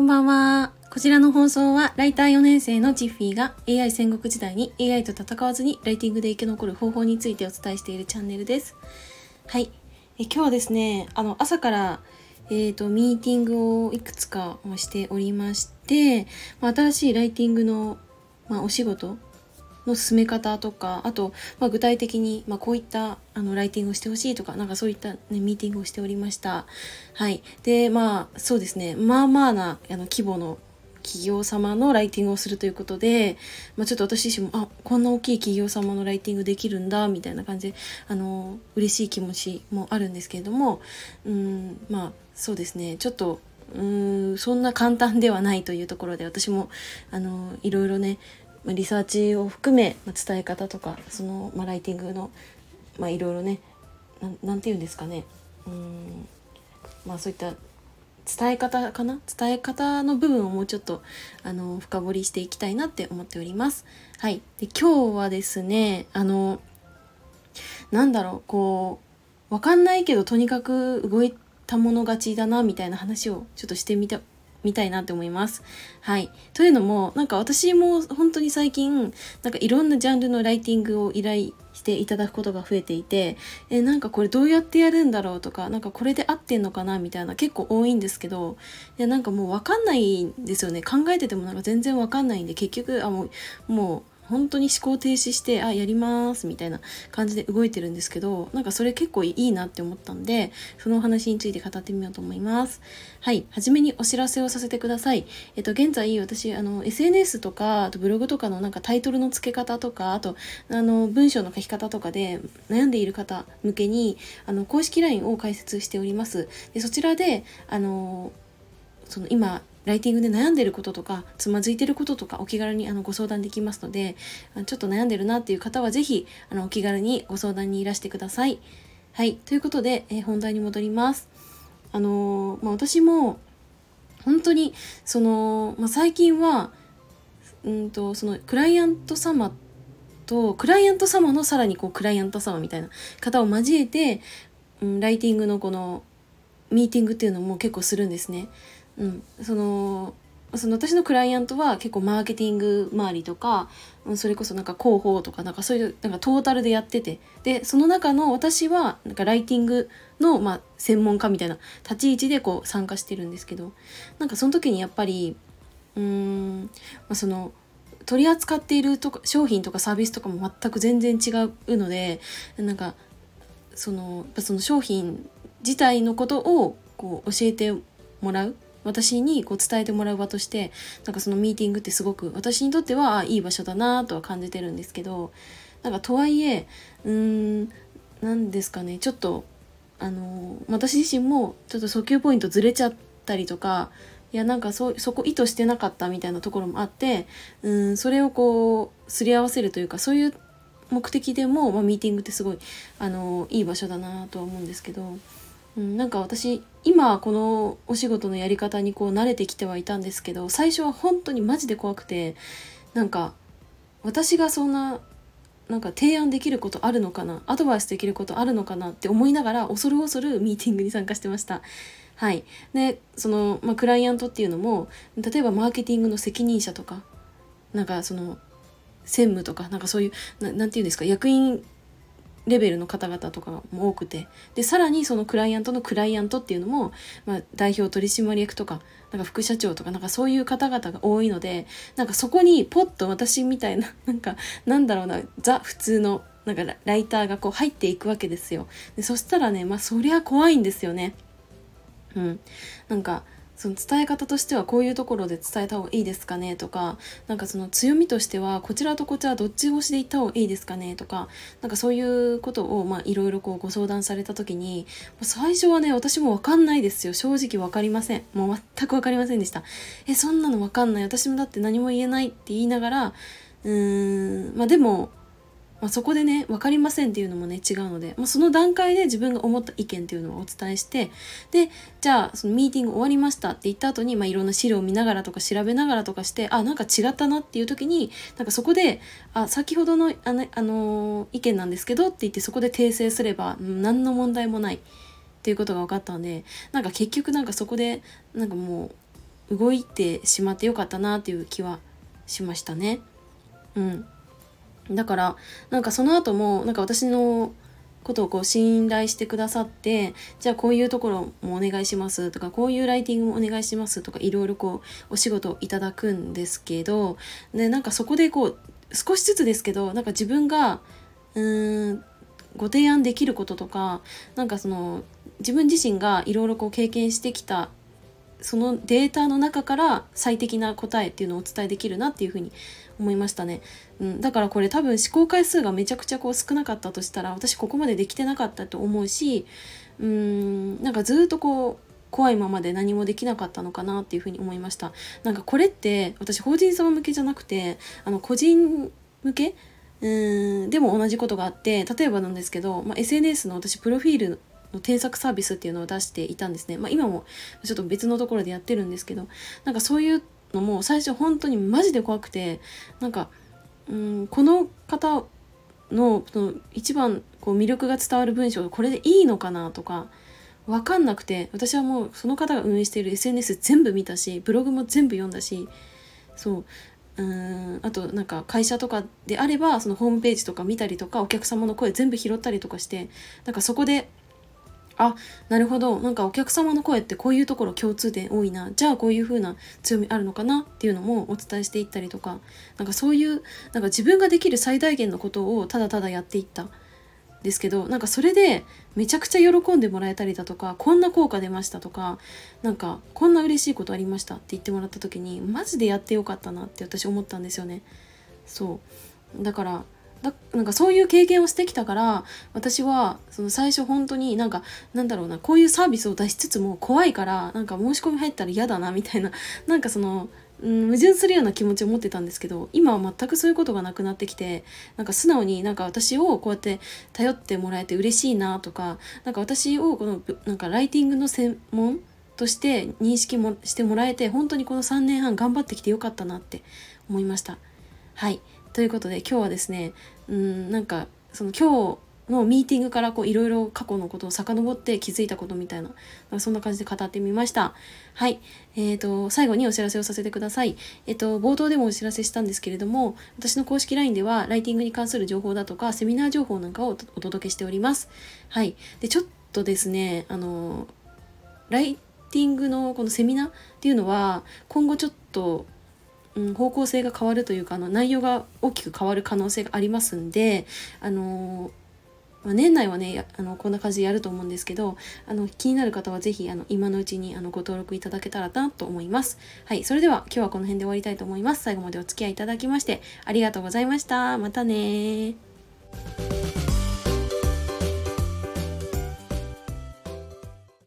ばんは。こちらの放送はライター4年生のチッフィーが AI 戦国時代に AI と戦わずにライティングで生き残る方法についてお伝えしているチャンネルです。はい。今日はですね、朝からミーティングをいくつかしておりまして、新しいライティングの、お仕事の進め方とか、あと、具体的に、こういったライティングをしてほしいとか、そういった、ミーティングをしておりました。はい。で、そうですね、な規模の企業様のライティングをするということで、ちょっと私自身もこんな大きい企業様のライティングできるんだみたいな感じで嬉しい気持ちもあるんですけれども、そうですね、ちょっとそんな簡単ではないというところで、私もいろいろねリサーチを含め、伝え方とかライティングのいろいろね、なんていうんですかね、そういった伝え方の部分をもうちょっと深掘りしていきたいなって思っております。はい。で、今日はですね、わかんないけどとにかく動いたもの勝ちだなみたいな話をちょっとしてみたいなって思います。はい。というのも、私も本当に最近、いろんなジャンルのライティングを依頼していただくことが増えていて、これどうやってやるんだろうとか、これで合ってんのかなみたいな結構多いんですけど、もうわかんないんですよね。考えてても全然わかんないんで、結局、もう本当に思考停止してやりますみたいな感じで動いてるんですけど、それ結構いいなって思ったんで、そのお話について語ってみようと思います。はい。はじめにお知らせをさせてください。現在私SNS とかあとブログとかのタイトルの付け方とか、あと文章の書き方とかで悩んでいる方向けに公式 LINE を開設しております。でそちらで今ライティングで悩んでることとかつまずいてることとかお気軽にご相談できますので、ちょっと悩んでるなっていう方はぜひお気軽にご相談にいらしてください。はい。ということで、本題に戻ります。私も本当に最近はクライアント様のさらにクライアント様みたいな方を交えて、ライティングのこのミーティングっていうのも結構するんですね。私のクライアントは結構マーケティング周りとか、それこそ広報とかそういうトータルでやってて、でその中の私はライティングの専門家みたいな立ち位置で参加してるんですけど、その時にやっぱり取り扱っている商品とかサービスとかも全く全然違うので、その商品自体のことを教えてもらう、私に伝えてもらう場として、そのミーティングってすごく私にとってはいい場所だなとは感じてるんですけど、とはいえなんですかね、ちょっと私自身もちょっと訴求ポイントずれちゃったりとか、いやそこ意図してなかったみたいなところもあって、それをすり合わせるというか、そういう目的でも、ミーティングってすごいいい場所だなとは思うんですけど、私今このお仕事のやり方に慣れてきてはいたんですけど、最初は本当にマジで怖くて、私がそんな提案できることあるのかな、アドバイスできることあるのかなって思いながら恐る恐るミーティングに参加してました。はい。でクライアントっていうのも、例えばマーケティングの責任者とか専務とかそういうなんていうんですか、役員レベルの方々とかも多くて、でさらにそのクライアントのクライアントっていうのも、代表取締役とか副社長とかそういう方々が多いので、そこにポッと私みたいななんだろうな、ザ普通のライターが入っていくわけですよ。でそしたらね、そりゃ怖いんですよね。その伝え方としてはこういうところで伝えた方がいいですかねとか、その強みとしてはこちらとこちらどっち押しでいった方がいいですかねとか、そういうことをいろいろご相談された時に、最初はね、私も分かんないですよ。正直分かりません。もう全く分かりませんでした。そんなの分かんない、私もだって何も言えないって言いながら、でもそこでね、分かりませんっていうのもね違うので、その段階で自分が思った意見っていうのをお伝えして、でじゃあそのミーティング終わりましたって言った後に、いろんな資料を見ながらとか調べながらとかして、違ったなっていう時にそこで先ほどの意見なんですけどって言って、そこで訂正すれば何の問題もないっていうことが分かったので、結局そこでもう動いてしまってよかったなっていう気はしましたね。だからなんかその後もなんか私のことを信頼してくださって、じゃあこういうところもお願いしますとか、こういうライティングもお願いしますとか、いろいろお仕事をいただくんですけど、でなんかそこで少しずつですけど、なんか自分がご提案できることとか、なんか自分自身がいろいろ経験してきたそのデータの中から最適な答えっていうのをお伝えできるなっていうふうに思いましたね。だからこれ多分試行回数がめちゃくちゃ少なかったとしたら、私ここまでできてなかったと思うし、なんかずっと怖いままで何もできなかったのかなっていうふうに思いました。なんかこれって私法人様向けじゃなくて個人向けでも同じことがあって、例えばなんですけど、SNS の私プロフィールの添削サービスっていうのを出していたんですね。今もちょっと別のところでやってるんですけど、なんかそういうのも最初本当にマジで怖くて、なんかこの方の一番魅力が伝わる文章これでいいのかなとか分かんなくて、私はもうその方が運営している SNS 全部見たし、ブログも全部読んだし、あとなんか会社とかであればそのホームページとか見たりとか、お客様の声全部拾ったりとかして、なんかそこでなるほど、なんかお客様の声ってこういうところ共通点多いな、じゃあこういう風な強みあるのかなっていうのもお伝えしていったりとか、なんかそういうなんか自分ができる最大限のことをただただやっていったんですけど、なんかそれでめちゃくちゃ喜んでもらえたりだとか、こんな効果出ましたとか、なんかこんな嬉しいことありましたって言ってもらった時に、マジでやってよかったなって私思ったんですよね。だからなんかそういう経験をしてきたから、私は最初本当になんだろうな、こういうサービスを出しつつも怖いから、なんか申し込み入ったら嫌だなみたいな、なんか矛盾するような気持ちを持ってたんですけど、今は全くそういうことがなくなってきて、なんか素直になんか私をこうやって頼ってもらえて嬉しいなとか、なんか私をなんかライティングの専門として認識もしてもらえて、本当にこの3年半頑張ってきてよかったなって思いました。はい、ということで今日はですね、なんか今日のミーティングからいろいろ過去のことを遡って気づいたことみたいな、そんな感じで語ってみました。はい、最後にお知らせをさせてください。冒頭でもお知らせしたんですけれども、私の公式 LINE ではライティングに関する情報だとかセミナー情報なんかをお届けしております。はい、でちょっとですね、ライティングのこのセミナーっていうのは今後ちょっと方向性が変わるというか、内容が大きく変わる可能性がありますんで、年内はねこんな感じでやると思うんですけど、気になる方はぜひ今のうちにご登録いただけたらなと思います。はい、それでは今日はこの辺で終わりたいと思います。最後までお付き合いいただきましてありがとうございました。またね。